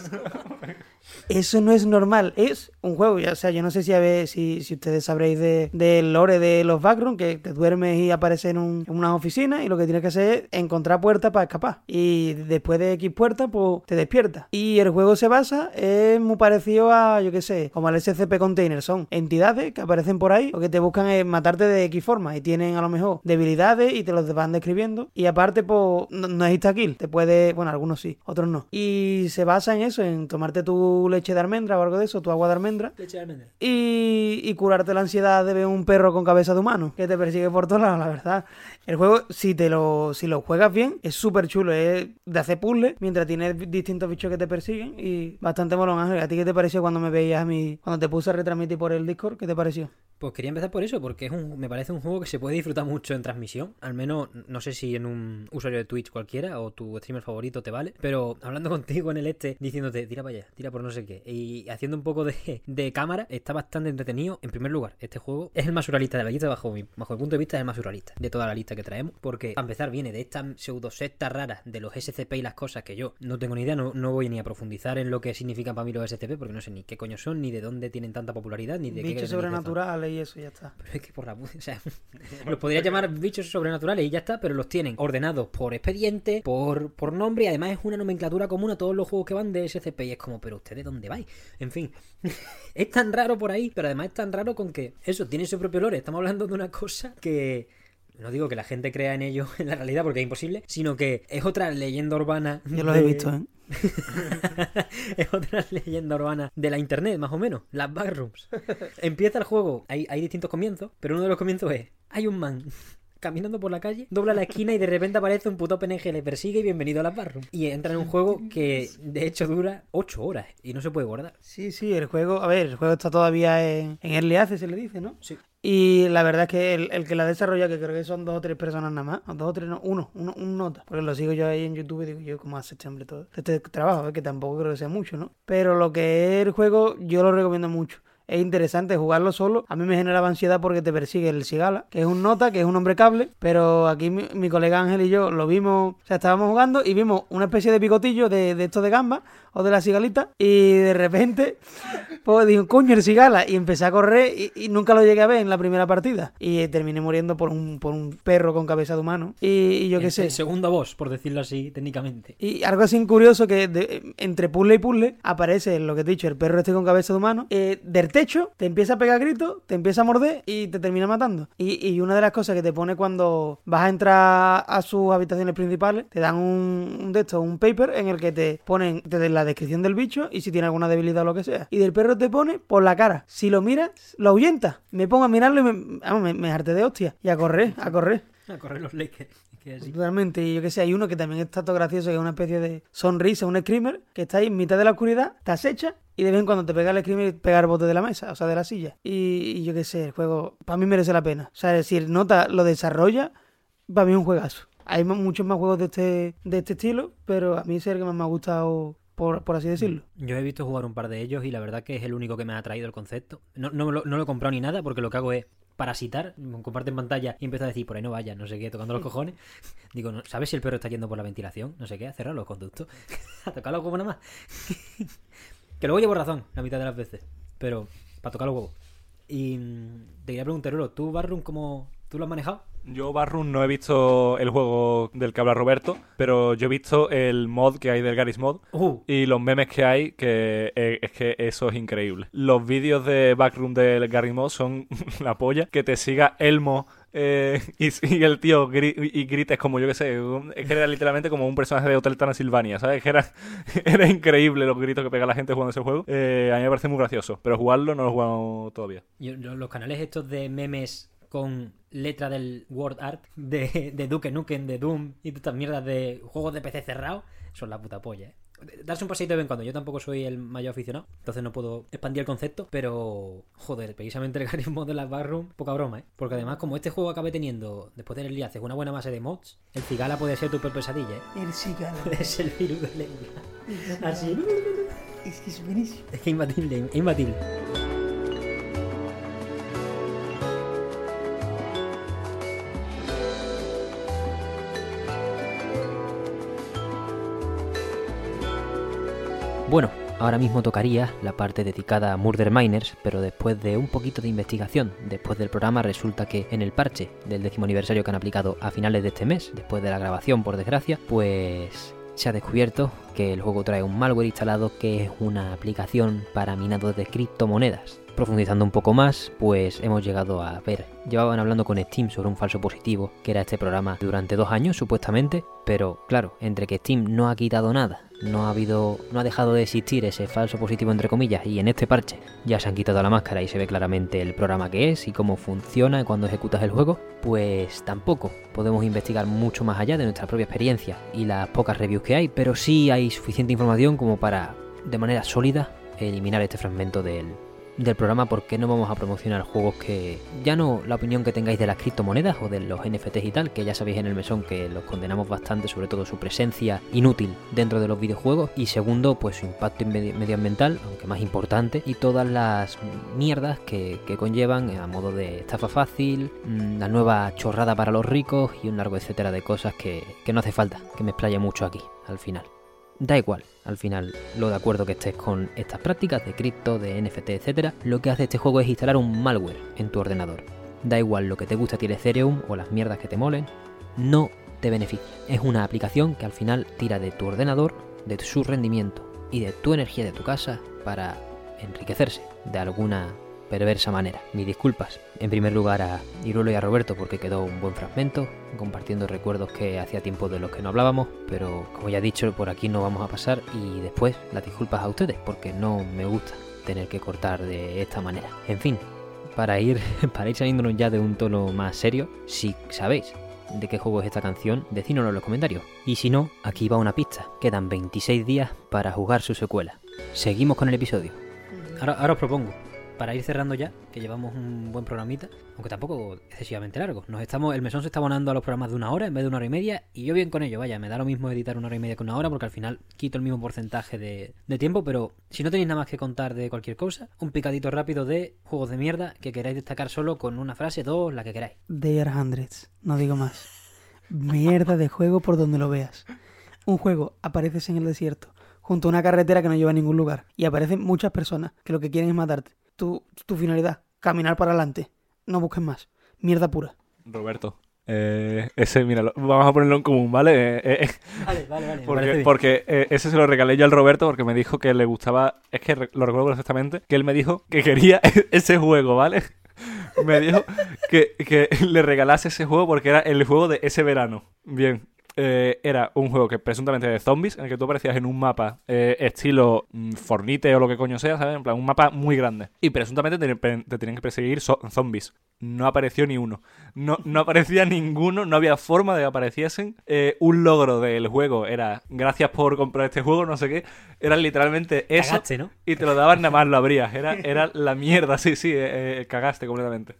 Eso no es normal. Es un juego, ya, o sea, yo no sé si ustedes sabréis del lore de los Backroom, que te duermes y apareces en unas oficinas y lo que tienes que hacer es encontrar puertas para escapar. Y después de X puertas, pues te despiertas. Y el juego se basa, es muy parecido a, yo qué sé, como al SCP Container. Son entidades que aparecen por ahí, lo que te buscan es matarte de X forma y tienen a lo mejor debilidades y te los van describiendo. Y aparte, pues, no es insta-kill. Te puede, bueno, algunos sí, otros no. Y se basa en eso, en tomarte tu leche de almendra o algo de eso, tu agua de almendra. Y curarte la ansiedad de ver un perro con cabeza de humano que te persigue por todos lados, la verdad. El juego, si lo juegas bien, es súper chulo. Es de hacer puzzles mientras tienes distintos bichos que te persiguen y bastante molón. Ángel, ¿a ti qué te pareció cuando me veías a mí, cuando te puse a retransmitir por el Discord? ¿Qué te pareció? Pues quería empezar por eso, porque me parece un juego que se puede disfrutar mucho en transmisión. Al menos, no sé si en un usuario de Twitch cualquiera o tu streamer favorito te vale. Pero hablando contigo en el diciéndote, tira para allá, tira por no sé qué. Y haciendo un poco de cámara, está bastante entretenido. En primer lugar, este juego es el más surrealista de la lista, bajo mi punto de vista es el más surrealista de toda la lista que traemos. Porque, a empezar, viene de estas pseudosectas raras de los SCP y las cosas que yo no tengo ni idea, no voy ni a profundizar en lo que significan para mí los SCP, porque no sé ni qué coño son, ni de dónde tienen tanta popularidad, ni de qué Bichos sobrenaturales sobrenaturales y eso, ya está. Pero es que por la puta, o sea, los podría llamar bichos sobrenaturales y ya está, pero los tienen ordenados por expediente, por nombre, y además es una nomenclatura común a todos los juegos que van de SCP, y es como, pero ¿ustedes dónde vais? En fin, es tan raro por ahí, pero además es tan raro con que eso tiene su propio lore. Estamos hablando de una cosa que... No digo que la gente crea en ello en la realidad porque es imposible, sino que es otra leyenda urbana. Yo los he visto, ¿eh? Es otra leyenda urbana de la internet, más o menos. Las backrooms. Empieza el juego, hay distintos comienzos, pero uno de los comienzos es: hay un man caminando por la calle, dobla la esquina y de repente aparece un puto PNG, le persigue y bienvenido a las backrooms. Y entra en un juego que de hecho dura 8 horas y no se puede guardar. Sí, el juego... A ver, el juego está todavía en Early Access, se le dice, ¿no? Sí. Y la verdad es que el que la desarrolla, que creo que son 2 o 3 personas nada más, o 2 o 3, no, un nota, porque lo sigo yo ahí en YouTube y digo yo, ¿cómo hace este hombre todo este trabajo? Que tampoco creo que sea mucho, ¿no? Pero lo que es el juego, yo lo recomiendo mucho. Es interesante jugarlo solo. A mí me generaba ansiedad porque te persigue el Cigala, que es un nota, que es un hombre cable. Pero aquí mi colega Ángel y yo lo vimos, o sea, estábamos jugando y vimos una especie de picotillo de esto de gamba o de la cigalita. Y de repente, pues digo, coño, el Cigala. Y empecé a correr y nunca lo llegué a ver en la primera partida. Y terminé muriendo por un perro con cabeza de humano. Y yo qué sé. El segundo boss, por decirlo así, técnicamente. Y algo así curioso que entre puzzle y puzzle aparece lo que te he dicho, el perro este con cabeza de humano. Del techo, te empieza a pegar gritos, te empieza a morder y te termina matando. Y una de las cosas que te pone cuando vas a entrar a sus habitaciones principales, te dan un paper en el que te ponen la descripción del bicho y si tiene alguna debilidad o lo que sea. Y del perro te pone por la cara. Si lo miras, lo ahuyentas. Me pongo a mirarlo y me harté de hostia. Y a correr. A correr los Lakers. Totalmente, y yo que sé, hay uno que también está todo gracioso, que es una especie de sonrisa, un screamer, que está ahí en mitad de la oscuridad, te acecha y de vez en cuando te pega el screamer y pega el bote de la mesa, o sea, de la silla. Y yo que sé, el juego para mí merece la pena. O sea, es decir, Nota lo desarrolla, para mí es un juegazo. Hay muchos más juegos de este estilo, pero a mí es el que más me ha gustado, por así decirlo. Yo he visto jugar un par de ellos y la verdad que es el único que me ha atraído el concepto. No lo he comprado ni nada porque lo que hago es parasitar, comparte en pantalla y empieza a decir, por ahí no vayas, no sé qué, tocando los cojones. Digo, ¿sabes si el perro está yendo por la ventilación? No sé qué, a cerrar los conductos. A tocar los huevos nada más. Que luego llevo razón la mitad de las veces, pero para tocar los huevos. Y te quería preguntar, Uro, ¿tú Barroom cómo tú lo has manejado? Yo Barroom no he visto el juego del que habla Roberto, pero yo he visto el mod que hay del Garry's Mod y los memes que hay, que es que eso es increíble. Los vídeos de Backroom del Garry's Mod son la polla. Que te siga Elmo y el tío grites como yo que sé, es que era literalmente como un personaje de Hotel Transilvania, ¿sabes? Que era increíble los gritos que pega la gente jugando ese juego. A mí me parece muy gracioso, pero jugarlo no lo he jugado todavía. Los canales estos de memes con letra del word art de Duke Nukem, de Doom y de estas mierdas de juegos de PC cerrados, son la puta polla, ¿eh? Darse un paseito de vez en cuando. Yo tampoco soy el mayor aficionado, entonces no puedo expandir el concepto, pero joder, precisamente el Garry's Mod de las Backroom, poca broma, ¿eh? Porque además, como este juego acabe teniendo, después del Early Access, una buena base de mods, el Cigala puede ser tu peor pesadilla, ¿eh? El Cigala es el virus de lengua. Así. Es que es buenísimo. Es que imbatible, imbatible. Bueno, ahora mismo tocaría la parte dedicada a Murder Miners, pero después de un poquito de investigación, después del programa, resulta que en el parche del 10º aniversario que han aplicado a finales de este mes, después de la grabación por desgracia, pues se ha descubierto que el juego trae un malware instalado que es una aplicación para minado de criptomonedas. Profundizando un poco más, pues hemos llegado a ver, llevaban hablando con Steam sobre un falso positivo, que era este programa durante 2 años supuestamente, pero claro, entre que Steam no ha quitado nada, no ha dejado de existir ese falso positivo entre comillas, y en este parche ya se han quitado la máscara y se ve claramente el programa que es y cómo funciona cuando ejecutas el juego, pues tampoco podemos investigar mucho más allá de nuestra propia experiencia y las pocas reviews que hay, pero sí hay suficiente información como para, de manera sólida, eliminar este fragmento del programa, porque no vamos a promocionar juegos que, ya no la opinión que tengáis de las criptomonedas o de los NFTs y tal, que ya sabéis en el mesón que los condenamos bastante, sobre todo su presencia inútil dentro de los videojuegos, y segundo, pues su impacto medioambiental, aunque más importante, y todas las mierdas que conllevan a modo de estafa fácil, la nueva chorrada para los ricos y un largo etcétera de cosas que no hace falta que me explaye mucho aquí, al final. Da igual, al final, lo de acuerdo que estés con estas prácticas de cripto, de NFT, etcétera, lo que hace este juego es instalar un malware en tu ordenador. Da igual lo que te guste a ti de Ethereum o las mierdas que te molen, no te beneficia. Es una aplicación que al final tira de tu ordenador, de su rendimiento y de tu energía de tu casa para enriquecerse de alguna perversa manera. Mis disculpas, en primer lugar a Iruelo y a Roberto porque quedó un buen fragmento, compartiendo recuerdos que hacía tiempo de los que no hablábamos, pero como ya he dicho, por aquí no vamos a pasar, y después las disculpas a ustedes porque no me gusta tener que cortar de esta manera. En fin, para ir saliéndonos ya de un tono más serio, si sabéis de qué juego es esta canción, decídnoslo en los comentarios. Y si no, aquí va una pista. Quedan 26 días para jugar su secuela. Seguimos con el episodio. Ahora os propongo, para ir cerrando ya, que llevamos un buen programita, aunque tampoco excesivamente largo. El mesón se está abonando a los programas de 1 hora en vez de 1 hora y media, y yo bien con ello, vaya, me da lo mismo editar 1 hora y media que 1 hora, porque al final quito el mismo porcentaje de tiempo, pero si no tenéis nada más que contar de cualquier cosa, un picadito rápido de juegos de mierda que queráis destacar solo con una frase, 2, la que queráis. They are hundreds, no digo más. Mierda de juego por donde lo veas. Un juego, apareces en el desierto, junto a una carretera que no lleva a ningún lugar, y aparecen muchas personas que lo que quieren es matarte. Tu finalidad, caminar para adelante, no busques más. Mierda pura. Roberto, ese, mira, vamos a ponerlo en común, ¿vale? Vale. Porque ese se lo regalé yo al Roberto porque me dijo que le gustaba, es que lo recuerdo perfectamente, que él me dijo que quería ese juego, ¿vale? Me dijo que le regalase ese juego porque era el juego de ese verano. Bien. Era un juego que presuntamente de zombies, en el que tú aparecías en un mapa estilo Fornite o lo que coño sea, ¿sabes? En plan, un mapa muy grande. Y presuntamente te tenían que perseguir zombies. No apareció ni uno. No aparecía ninguno, no había forma de que apareciesen. Un logro del juego era, gracias por comprar este juego, no sé qué. Era literalmente eso. Cagaste, ¿no? Y te lo daban, nada más lo abrías. Era la mierda, sí, cagaste completamente.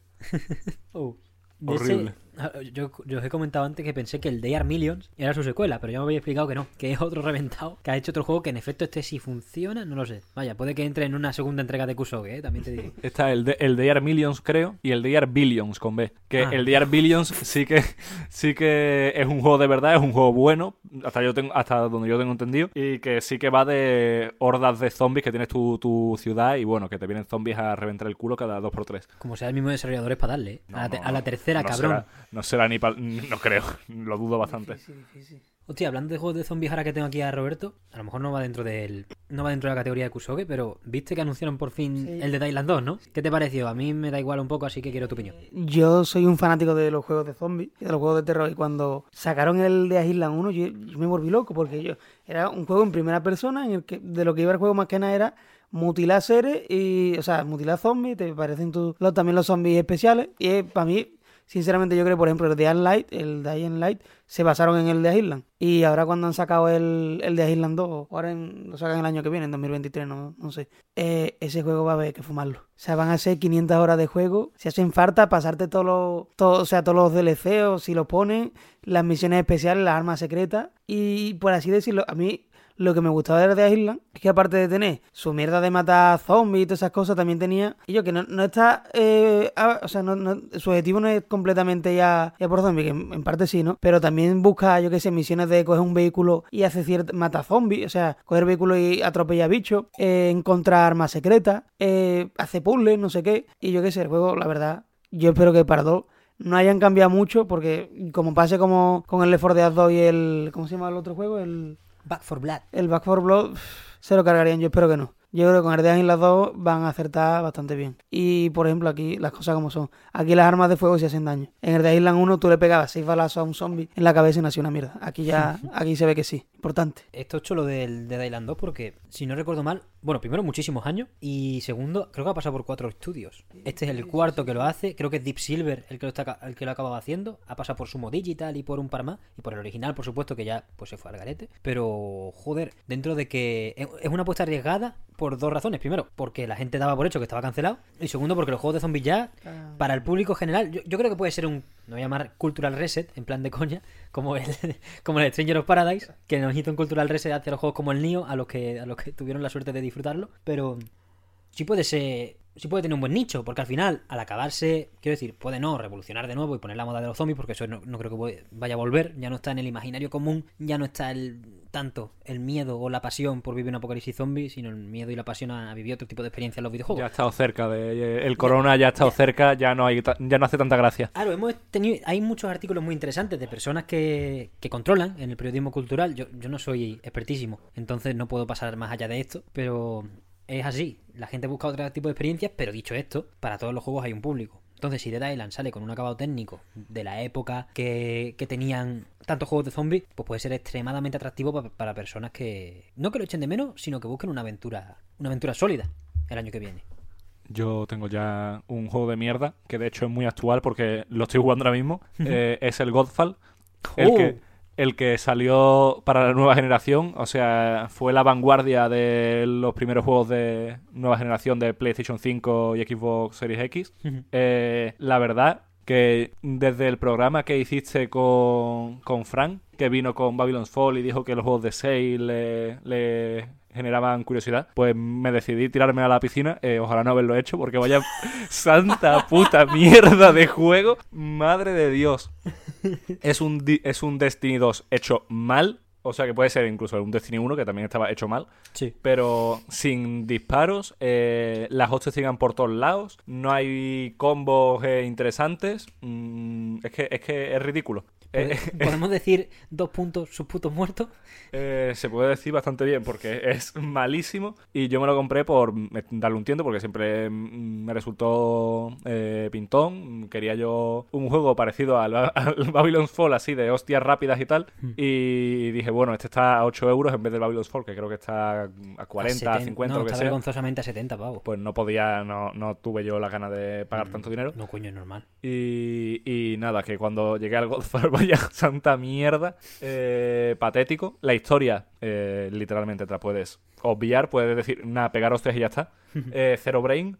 Horrible. Yo os he comentado antes que pensé que el They Are Millions era su secuela, pero ya me habéis explicado que no, que es otro reventado, que ha hecho otro juego que en efecto si funciona, no lo sé. Vaya, puede que entre en una segunda entrega de Kusoge, también te digo. Está el They Are Millions, creo, y el They Are Billions con B. Que el They Are Billions sí que es un juego de verdad, es un juego bueno, hasta donde yo tengo entendido, y que sí que va de hordas de zombies que tienes tu ciudad y bueno, que te vienen zombies a reventar el culo cada 2x3. Como sea el mismo desarrollador es para darle, ¿eh? A la tercera, cabrón. No será ni no creo, lo dudo bastante. Difícil. Hostia, hablando de juegos de zombies ahora que tengo aquí a Roberto, a lo mejor no va dentro de la categoría de Kusoge, pero viste que anunciaron por fin el de Island 2, ¿no? ¿Qué te pareció? A mí me da igual un poco, así que quiero tu opinión. Yo soy un fanático de los juegos de zombies y de los juegos de terror, y cuando sacaron el de Island 1 yo me volví loco porque era un juego en primera persona en el que de lo que iba el juego más que nada era mutilar seres y, o sea, mutilar zombies, te parecen también los zombies especiales, y para mí, sinceramente, yo creo que, por ejemplo, el Dying Light se basaron en el de Island. Y ahora cuando han sacado el de Island 2, ahora lo sacan el año que viene, en 2023, no sé. Ese juego va a haber que fumarlo. O sea, van a ser 500 horas de juego. Si hacen falta, pasarte todos los DLC, o si lo ponen, las misiones especiales, las armas secretas. Y por así decirlo, a mí lo que me gustaba de The Island es que aparte de tener su mierda de matar zombies y todas esas cosas, también tenía... Y yo que no está... su objetivo no es completamente ya por zombies, que en parte sí, ¿no? Pero también busca, yo que sé, misiones de coger un vehículo y hacer mata zombies. O sea, coger vehículos y atropellar bichos, encontrar armas secretas, hacer puzzles, no sé qué. Y yo que sé, el juego, la verdad, yo espero que para 2 no hayan cambiado mucho, porque como pase como con el Left 4 Dead 2 y el... ¿Cómo se llama el otro juego? Back 4 Blood. El Back 4 Blood se lo cargarían, yo espero que no. Yo creo que con el de Island 2 van a acertar bastante bien. Y, por ejemplo, aquí las cosas como son. Aquí las armas de fuego sí hacen daño. En el de Island 1 tú le pegabas 6 balazos a un zombie en la cabeza y nació una mierda. Aquí se ve que sí. Importante. Esto es chulo del de Island 2 porque, si no recuerdo mal, bueno, primero muchísimos años y segundo, creo que ha pasado por 4 estudios. Este es el cuarto que lo hace, creo que es Deep Silver el que lo acababa haciendo. Ha pasado por Sumo Digital y por un par más. Y por el original, por supuesto, que ya pues se fue al garete. Pero, joder, dentro de que es una apuesta arriesgada por 2 razones. Primero, porque la gente daba por hecho que estaba cancelado. Y segundo, porque los juegos de zombies ya, para el público general, yo creo que puede ser no voy a llamar cultural reset, en plan de coña, como el Stranger of Paradise, que nos hizo un cultural reset hacia los juegos como el Nioh, a los que tuvieron la suerte de disfrutarlo. Pero sí puede ser sí puede tener un buen nicho, porque al final, al acabarse, quiero decir, puede no revolucionar de nuevo y poner la moda de los zombies, porque eso no creo que vaya a volver, ya no está en el imaginario común, ya no está tanto el miedo o la pasión por vivir un apocalipsis zombie, sino el miedo y la pasión a vivir otro tipo de experiencia en los videojuegos. Ya ha estado cerca, el corona ya ha estado cerca, ya no hace tanta gracia. Claro, hay muchos artículos muy interesantes de personas que controlan en el periodismo cultural. Yo no soy expertísimo, entonces no puedo pasar más allá de esto, pero es así. La gente busca otro tipo de experiencias, pero dicho esto, para todos los juegos hay un público. Entonces, si Dead Island sale con un acabado técnico de la época que tenían tantos juegos de zombies, pues puede ser extremadamente atractivo para personas que no que lo echen de menos, sino que busquen una aventura sólida el año que viene. Yo tengo ya un juego de mierda, que de hecho es muy actual porque lo estoy jugando ahora mismo. Es el Godfall, el que salió para la nueva generación. O sea, fue la vanguardia de los primeros juegos de nueva generación de PlayStation 5 y Xbox Series X. La verdad que desde el programa que hiciste con Frank, que vino con Babylon's Fall y dijo que los juegos de Sail le generaban curiosidad, pues me decidí tirarme a la piscina. Ojalá no haberlo hecho, porque vaya santa puta mierda de juego. Madre de Dios. Es un Destiny 2 hecho mal. O sea que puede ser incluso un Destiny 1 que también estaba hecho mal. Sí. Pero sin disparos, las hostias sigan por todos lados. No hay combos interesantes. Es que es ridículo. ¿Podemos decir 2 puntos sus putos muertos? Se puede decir bastante bien porque es malísimo y yo me lo compré por darle un tiento porque siempre me resultó pintón. Quería yo un juego parecido al Babylon's Fall, así de hostias rápidas y tal, y dije, bueno, este está a 8 euros en vez del Babylon's Fall, que creo que está a 40, a 50, no, lo que está sea. vergonzosamente a 70 pavos. Pues no podía, no tuve yo la gana de pagar tanto dinero. No, coño, es normal. Y nada, que cuando llegué al Godfall, vaya santa mierda, patético. La historia, literalmente te la puedes obviar, puedes decir, nada, pegar hostias y ya está. Zero Brain.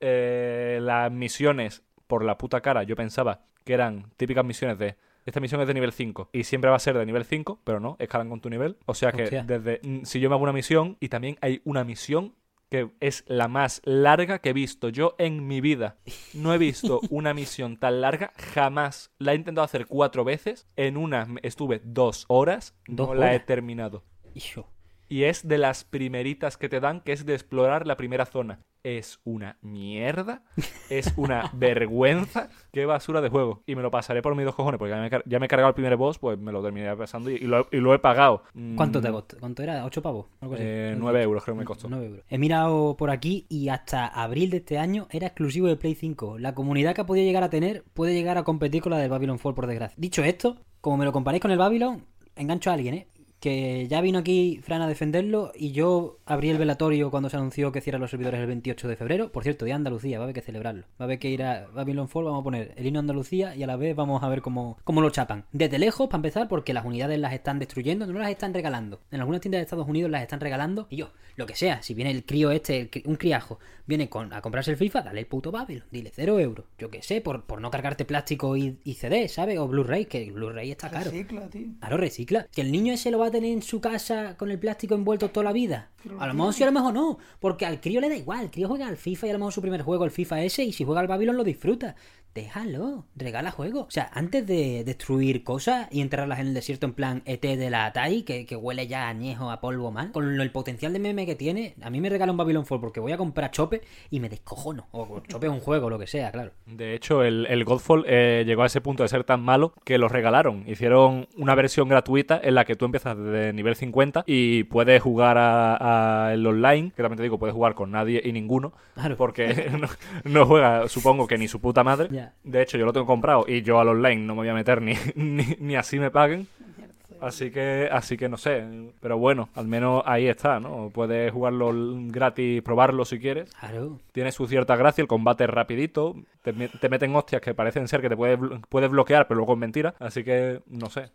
Las misiones, por la puta cara, yo pensaba que eran típicas misiones de... Esta misión es de nivel 5 y siempre va a ser de nivel 5, pero no, escalan con tu nivel. O sea que Hostia. si yo me hago una misión, y también hay una misión que es la más larga que he visto yo en mi vida. No he visto una misión tan larga jamás. La he intentado hacer 4 veces. En una estuve 2 horas. No la he terminado. Hijo. Y es de las primeritas que te dan, que es de explorar la primera zona. Es una mierda. Es una vergüenza. Qué basura de juego. Y me lo pasaré por mis 2 cojones, porque ya me he cargado el primer boss, pues me lo terminé pasando y lo he pagado. ¿Cuánto te costó? ¿Cuánto era? ¿8 pavos? Algo así. 9 euros creo que me costó. 9 euros. He mirado por aquí y hasta abril de este año era exclusivo de Play 5. La comunidad que ha podido llegar a tener puede llegar a competir con la del Babylon Fall, por desgracia. Dicho esto, como me lo comparéis con el Babylon, engancho a alguien, que ya vino aquí Fran a defenderlo y yo abrí el velatorio cuando se anunció que cierran los servidores el 28 de febrero. Por cierto, día Andalucía, va a haber que celebrarlo. Va a haber que ir a Babylon Fall, vamos a poner el himno Andalucía y a la vez vamos a ver cómo lo chapan. Desde lejos, para empezar, porque las unidades las están destruyendo, no las están regalando. En algunas tiendas de Estados Unidos las están regalando y yo, lo que sea, si viene el crío un criajo, viene a comprarse el FIFA, dale el puto Babylon, dile 0 euros. Yo qué sé, por no cargarte plástico y CD, ¿sabes? O Blu-ray, que el Blu-ray está caro. Recicla, tío. Claro, recicla. Que el niño ese lo va a tener en su casa con el plástico envuelto toda la vida. A lo mejor sí, a lo mejor no. Porque al crío le da igual. El crío juega al FIFA y a lo mejor su primer juego el FIFA ese. Y si juega al Babylon lo disfruta. Déjalo, regala juegos. O sea, antes de destruir cosas y enterrarlas en el desierto en plan ET de la Atari, que huele ya a añejo, a polvo mal, con el potencial de meme que tiene, a mí me regala un Babylon Fall porque voy a comprar Chope y me descojono. O Chope es un juego, lo que sea, claro. De hecho, el Godfall llegó a ese punto de ser tan malo que lo regalaron. Hicieron una versión gratuita en la que tú empiezas desde nivel 50 y puedes jugar a el online, que también te digo, puedes jugar con nadie y ninguno, Claro. porque no juega, supongo que ni su puta madre. Ya. De hecho, yo lo tengo comprado y yo al online no me voy a meter ni así me paguen. Así que no sé. Pero bueno, al menos ahí está, ¿no? Puedes jugarlo gratis, probarlo si quieres. Claro. Tiene su cierta gracia, el combate es rapidito. Te meten hostias que parecen ser que te puedes bloquear, pero luego es mentira. Así que, no sé.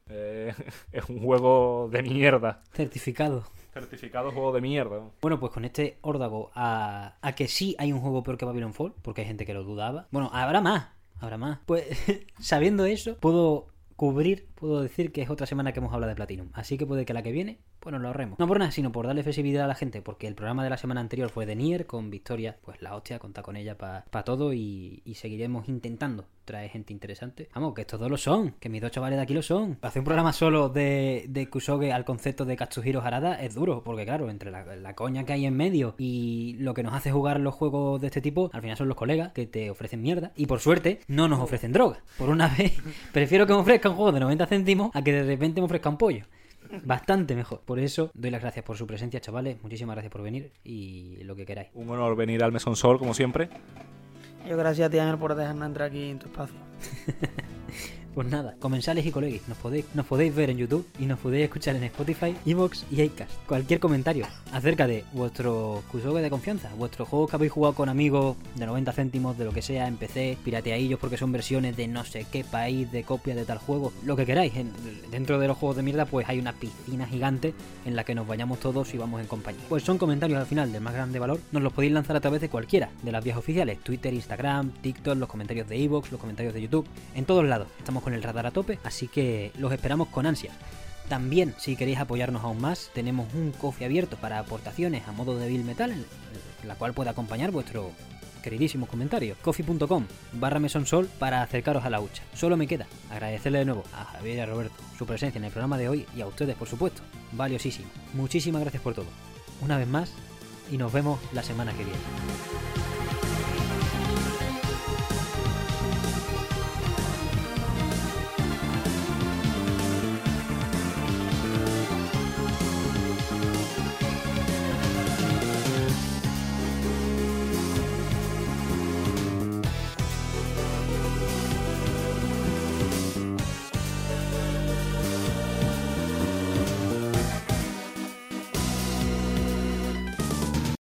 Es un juego de mierda. Certificado. Certificado juego de mierda. Bueno, pues con este órdago a que sí hay un juego peor que Babylon Fall, porque hay gente que lo dudaba. Bueno, habrá más. Pues sabiendo eso, puedo decir que es otra semana que hemos hablado de Platinum. Así que puede que la que viene pues nos lo ahorremos. No por nada, sino por darle flexibilidad a la gente, porque el programa de la semana anterior fue de Nier, con Victoria, pues la hostia, contar con ella para todo y seguiremos intentando traer gente interesante. Vamos, que estos dos lo son, que mis dos chavales de aquí lo son. Hacer un programa solo de Kusoge al concepto de Katsuhiro Harada es duro, porque claro, entre la coña que hay en medio y lo que nos hace jugar los juegos de este tipo, al final son los colegas que te ofrecen mierda y por suerte no nos ofrecen droga. Por una vez, prefiero que me ofrezca un juego de 90 céntimos a que de repente me ofrezca un pollo. Bastante mejor. Por eso doy las gracias por su presencia, chavales. Muchísimas gracias por venir y lo que queráis. Un honor venir al Mesón Sol, como siempre. Yo gracias a ti, Ángel, por dejarnos entrar aquí en tu espacio. Pues nada, comensales y coleguis, nos podéis ver en YouTube y nos podéis escuchar en Spotify, Evox y Acast. Cualquier comentario acerca de vuestro Kusoge de confianza, vuestros juegos que habéis jugado con amigos de 90 céntimos, de lo que sea, en PC, pirateadillos porque son versiones de no sé qué país, de copias de tal juego, lo que queráis. Dentro de los juegos de mierda pues hay una piscina gigante en la que nos bañamos todos y vamos en compañía. Pues son comentarios al final del más grande valor, nos los podéis lanzar a través de cualquiera de las vías oficiales, Twitter, Instagram, TikTok, los comentarios de Evox, los comentarios de YouTube, en todos lados. Estamos con el radar a tope, así que los esperamos con ansias. También, si queréis apoyarnos aún más, tenemos un Ko-fi abierto para aportaciones a modo de Bill Metal, en la cual puede acompañar vuestro queridísimo comentario. Ko-fi.com/mesonsol para acercaros a la hucha. Solo me queda agradecerle de nuevo a Javier y a Roberto su presencia en el programa de hoy y a ustedes, por supuesto, valiosísimo. Muchísimas gracias por todo. Una vez más, y nos vemos la semana que viene.